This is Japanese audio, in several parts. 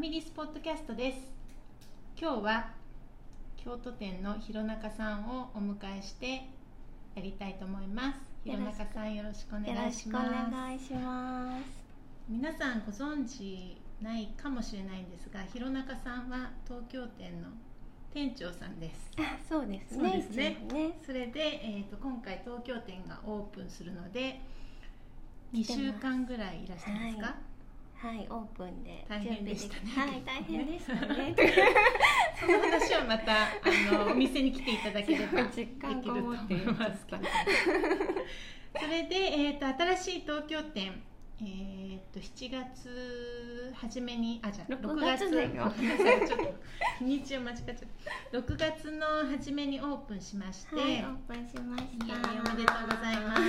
ミリスポッドキャストです。今日は京都店の弘中さんをお迎えしてやりたいと思います。弘中さん、よろしくお願いします。 よろしくお願いします。 皆さんご存知ないかもしれないんですが、弘中さんは東京店の店長さんです。 そうですね。 そうですね。それで、今回東京店がオープンするので2週間ぐらいいらっしゃいますか？ はい、オープンで大変でしたね。 はい、大変でしたね。 その話はまたお店に来ていただければできると思いますけど。それで、新しい東京店、7月初めにじゃあ6月ちょっと日にちを間違っちゃった6月の初めにオープンしまして、 はい、オープンしました。 おめでとうございます。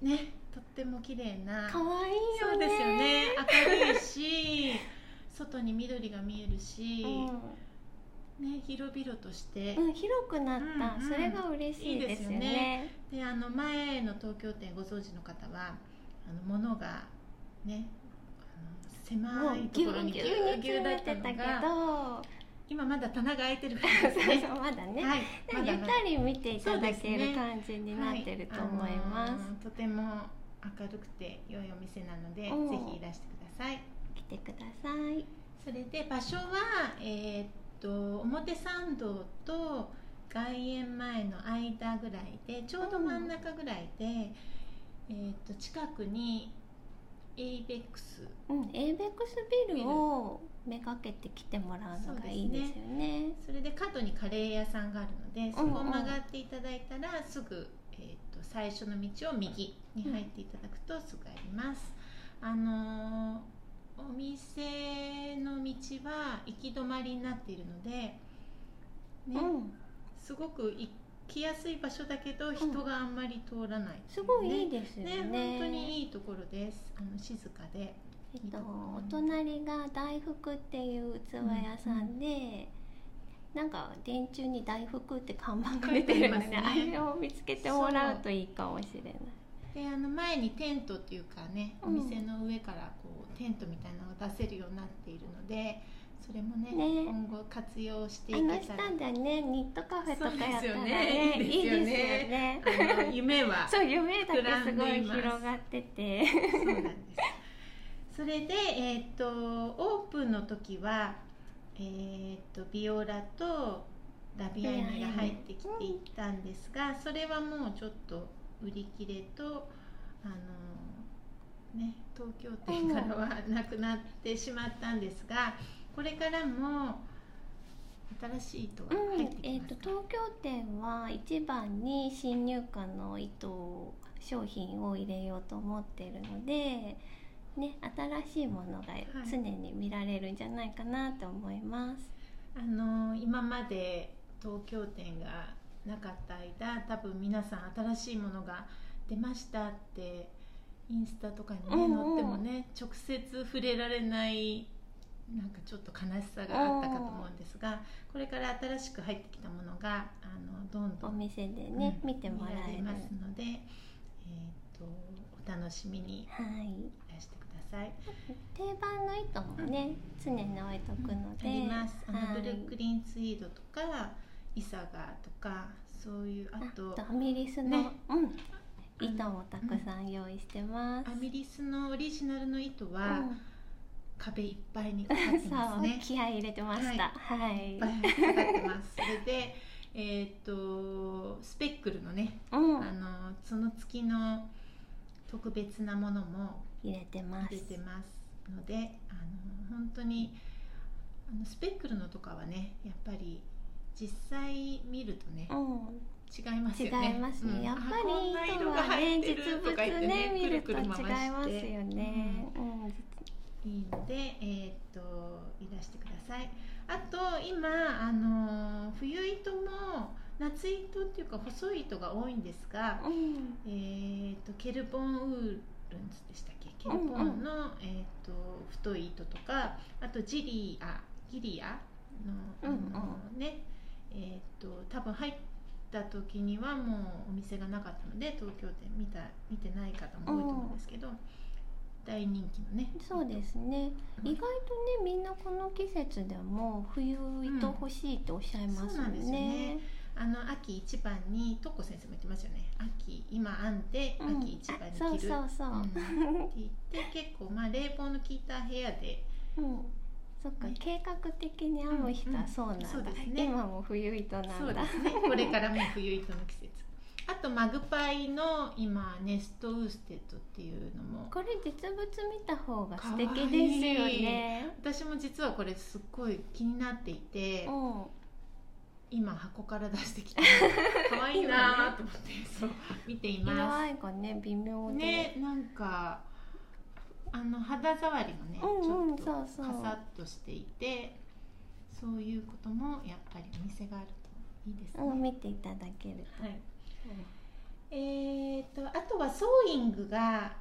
ね、とっても綺麗な、 可愛いよね。 そうですよね。明るいし外に緑が見えるし、ね、広々として、 広くなった、それが嬉しいですよね。 で、前の東京店ご存知の方は物がね、狭いところにぎゅうぎゅうだったのが今まだ棚が開いてる感じですね。 まだね、 はい、 ゆったり見ていただける感じになってると思います。 とても明るくて良いお店なので、ぜひいらしてください。 来てください。 それで場所は、表参道と外苑前の間ぐらいで、ちょうど真ん中ぐらいで、近くにエイベックス、 エイベックスビルをめがけて来てもらうのがいいですよね。 それで角にカレー屋さんがあるので、そこを曲がっていただいたらすぐ、最初の道を右に入っていただくとすぐあります。お店の道は行き止まりになっているので、ね、すごく行きやすい場所だけど人があんまり通らない、 すごいいいですよね。 本当にいいところです。静かで、 お隣が大福っていう器屋さんで、なんか電柱に大福って看板が出てるので、あれを見つけてもらうといいかもしれない。 で、前にテントっていうかね、お店の上からこうテントみたいなのが出せるようになっているので、それもね、今後活用していけたら。 下でね、ニットカフェとかやったらね、いいですよね。夢はそう、夢だけすごい広がってて、 そうなんです。それで、オープンの時は、ビオラとラビアイネが入ってきていたんですが、それはもうちょっと売り切れと東京店からはなくなってしまったんですが、これからも新しい糸が入ってきますか？ 東京店は一番に新入荷の糸商品を入れようと思っているので、ね、新しいものが常に見られるんじゃないかなと思います。 今まで東京店がなかった間、多分皆さん新しいものが出ましたってインスタとかにね、載ってもね、直接触れられないなんかちょっと悲しさがあったかと思うんですが、これから新しく入ってきたものがどんどんお店でね、見てもらえますので、お楽しみにいらしてください。 定番の糸もね、常に置いとくので、 あります。ブルックリンツイードとかイサガとか、そういう、あとアミリスの、糸もたくさん用意してます。 アミリスのオリジナルの糸は、壁いっぱいにかかってますね。 気合い入れてました。はい。 いっぱいかかってます。それで、スペックルのね、その月の特別なものも入れてますので、本当にスペックルのとかはね、やっぱり実際見るとね、違いますよね。 違いますね。やっぱり糸はね、実物ね見ると違いますよね。 いいので、いらしてください。あと今冬糸も夏糸っていうか細い糸が多いんですが、ケルボンウールンズでしたっけ、ケルボンの、太い糸とか、あとギリアの、ね、多分入った時にはもうお店がなかったので東京店見てない方も多いと思うんですけど、 大人気のね。 そうですね、意外とねみんなこの季節でも冬糸欲しいっておっしゃいますよね。 そうなんですよね。秋一番にトコ先生も言ってますよね。秋今編んで秋一番に着る、 そうそうそう、 って言って結構冷房の効いた部屋で、 そっか、計画的に編む人はそうなんだ、 そうですね、 今も冬糸なんだ。 そうですね、これからも冬糸の季節。あとマグパイの今ネストウーステッドっていうのも、 これ実物見た方が素敵ですよね。 私も実はこれすっごい気になっていて、今箱から出してきて可愛いなと思って、そう見ています。 色合いがね微妙でね、なんか肌触りもね、ちょっとカサッとしていて、そういうこともやっぱりお店があるといいですね。 見ていただけると、 あとはソーイングが、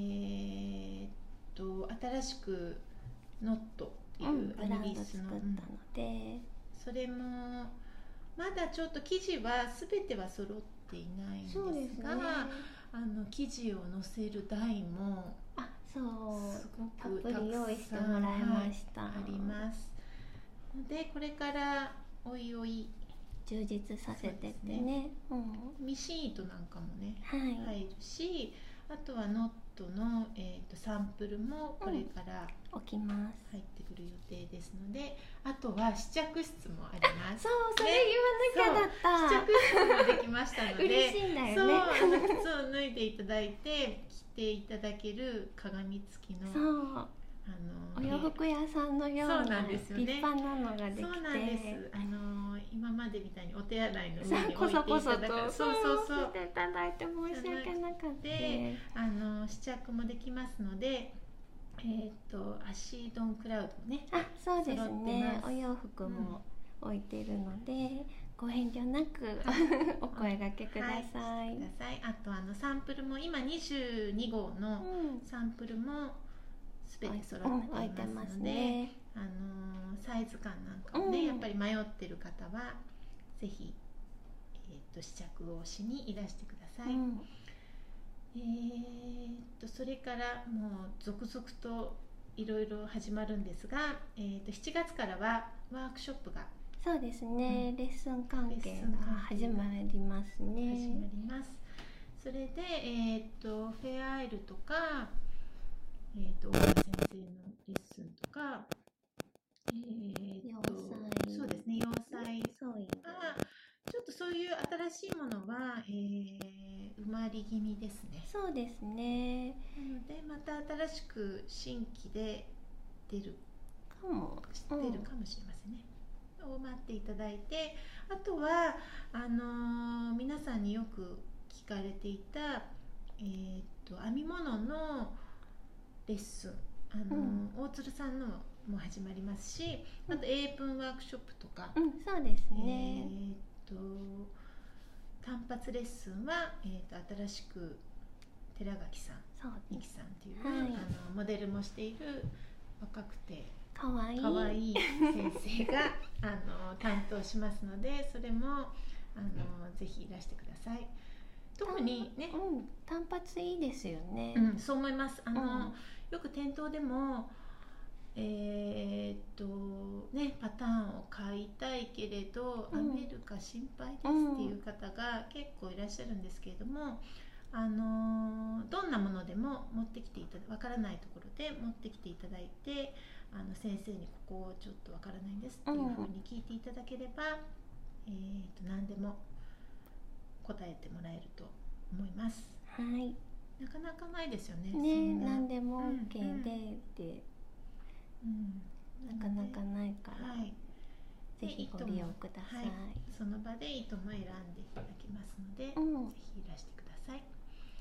新しくノットっていうブランド作ったので、 それもまだちょっと生地は全ては揃っていないんですが、 そうですね、 生地を載せる台もそうすごくたっぷり用意してもらいました、 ありますので、これからおいおい充実させてってね、 ミシン糸なんかもね、 入るし、あとはノットの、サンプルもこれから置きます、 入ってくる予定ですので、あとは試着室もあります。 そう、それ言わなきゃだった。 試着室もできましたので嬉しいんだよね。 そう、靴を脱いでいただいて着ていただける鏡付きの、 そうお洋服屋さんのような立派なのができて、 そうなんです。今までみたいにお手洗いの上にこそこそとそうしていただいて申し訳なかった。 で、試着もできますので、足ドンクラウドもね、 そうですね、お洋服も置いてるので、ご遠慮なくお声掛けください。 あとサンプルも今22号のサンプルも全て揃っていますので、サイズ感なんかもね、やっぱり迷ってる方はぜひ、試着をしにいらしてください。それからもう続々といろいろ始まるんですが、7月からはワークショップが、 そうですね、レッスン関係が始まりますね。 始まります。それで、フェアアイルとか、大川先生のレッスンとか、そうですね、洋裁がちょっとそういう新しいものは、埋まり気味ですね。 そうですね。 なのでまた新しく新規で出るかもしれませんね。を待っていただいて、あとは皆さんによく聞かれていた、編み物のレッスン、大鶴さんのも始まりますし、あとエープンワークショップとか、 そうですね、 単発レッスンは、新しく寺垣さん、みきさんっていう、モデルもしている若くてかわいい先生が担当しますので、それもぜひいらしてください。特にね、 単発いいですよね。 そう思います。よく店頭でもパターンを買いたいけれど編めるか心配ですっていう方が結構いらっしゃるんですけれども、どんなものでも持ってきてわからないところで持ってきていただいて、先生にここちょっとわからないんですっていうふうに聞いていただければ、何でも答えてもらえると思います。なかなかないですよね。 何でも OK でってなかなかないから、ぜひご利用ください。 その場で糸も選んでいただけますので、ぜひいらしてください。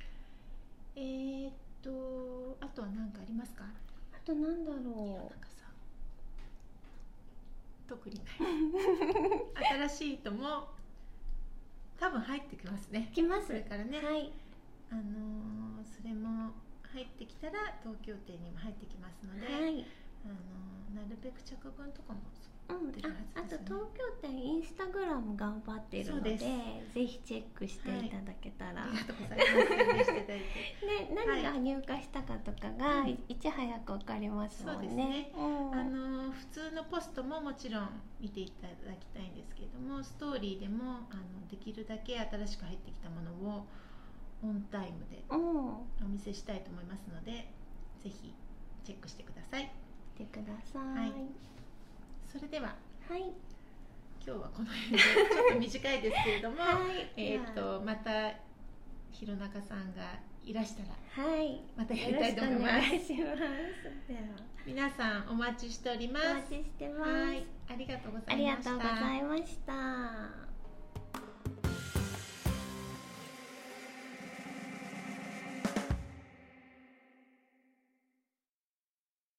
あとは何かありますか？ あとなんだろう。 なんかさ、特にない新しい糸も多分入ってきますね。 きます。 それからね、それも入ってきたら東京店にも入ってきますので、なるべく着分とかもあと東京店インスタグラム頑張ってるので、ぜひチェックしていただけたら。 ありがとうございます。していただいて。 何が入荷したかとかがいち早く分かりますもんね。 そうですね、普通のポストももちろん見ていただきたいんですけれども、ストーリーでもできるだけ新しく入ってきたものをオンタイムでお見せしたいと思いますので、ぜひチェックしてください。 見てください。 はい、それでは、 はい、 今日はこの辺でちょっと短いですけれども、また弘中さんがいらしたら、またやりたいと思います。では皆さんお待ちしております。 お待ちしてます。 はい、ありがとうございました。 ありがとうございました。